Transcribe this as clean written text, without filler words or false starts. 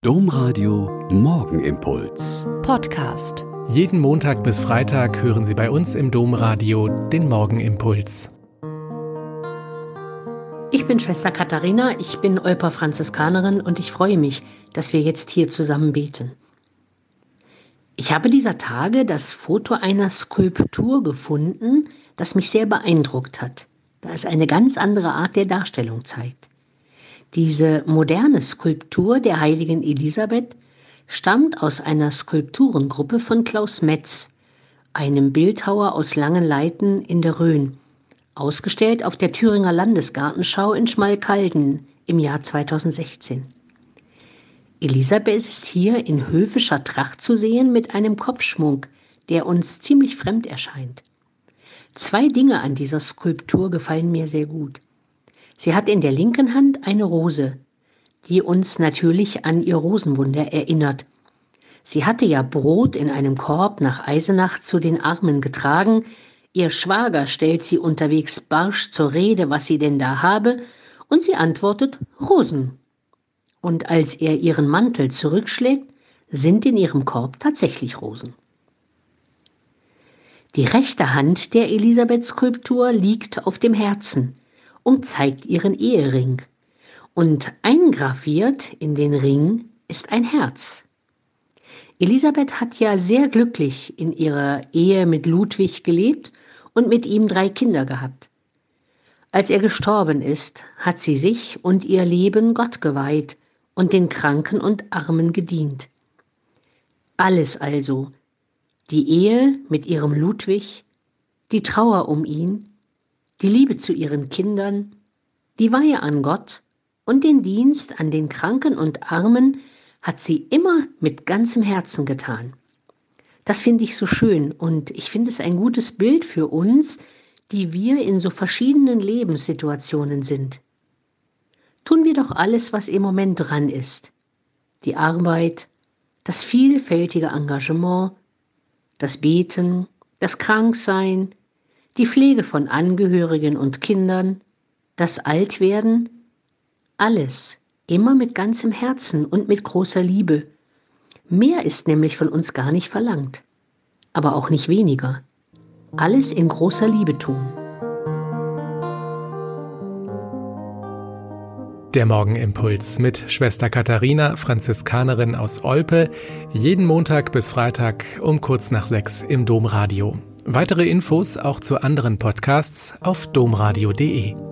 Domradio Morgenimpuls. Podcast. Jeden Montag bis Freitag hören Sie bei uns im Domradio den Morgenimpuls. Ich bin Schwester Katharina, ich bin Olper Franziskanerin und ich freue mich, dass wir jetzt hier zusammen beten. Ich habe dieser Tage das Foto einer Skulptur gefunden, das mich sehr beeindruckt hat, da es eine ganz andere Art der Darstellung zeigt. Diese moderne Skulptur der heiligen Elisabeth stammt aus einer Skulpturengruppe von Klaus Metz, einem Bildhauer aus Langenleiten in der Rhön, ausgestellt auf der Thüringer Landesgartenschau in Schmalkalden im Jahr 2016. Elisabeth ist hier in höfischer Tracht zu sehen mit einem Kopfschmuck, der uns ziemlich fremd erscheint. 2 Dinge an dieser Skulptur gefallen mir sehr gut. Sie hat in der linken Hand eine Rose, die uns natürlich an ihr Rosenwunder erinnert. Sie hatte ja Brot in einem Korb nach Eisenach zu den Armen getragen. Ihr Schwager stellt sie unterwegs barsch zur Rede, was sie denn da habe, und sie antwortet Rosen. Und als er ihren Mantel zurückschlägt, sind in ihrem Korb tatsächlich Rosen. Die rechte Hand der Elisabeth-Skulptur liegt auf dem Herzen und zeigt ihren Ehering. Und eingraviert in den Ring ist ein Herz. Elisabeth hat ja sehr glücklich in ihrer Ehe mit Ludwig gelebt und mit ihm 3 Kinder gehabt. Als er gestorben ist, hat sie sich und ihr Leben Gott geweiht und den Kranken und Armen gedient. Alles also, die Ehe mit ihrem Ludwig, die Trauer um ihn, die Liebe zu ihren Kindern, die Weihe an Gott und den Dienst an den Kranken und Armen hat sie immer mit ganzem Herzen getan. Das finde ich so schön und ich finde es ein gutes Bild für uns, die wir in so verschiedenen Lebenssituationen sind. Tun wir doch alles, was im Moment dran ist. Die Arbeit, das vielfältige Engagement, das Beten, das Kranksein, die Pflege von Angehörigen und Kindern, das Altwerden, alles immer mit ganzem Herzen und mit großer Liebe. Mehr ist nämlich von uns gar nicht verlangt, aber auch nicht weniger. Alles in großer Liebe tun. Der Morgenimpuls mit Schwester Katharina, Franziskanerin aus Olpe, jeden Montag bis Freitag um kurz nach 6 im Domradio. Weitere Infos auch zu anderen Podcasts auf domradio.de.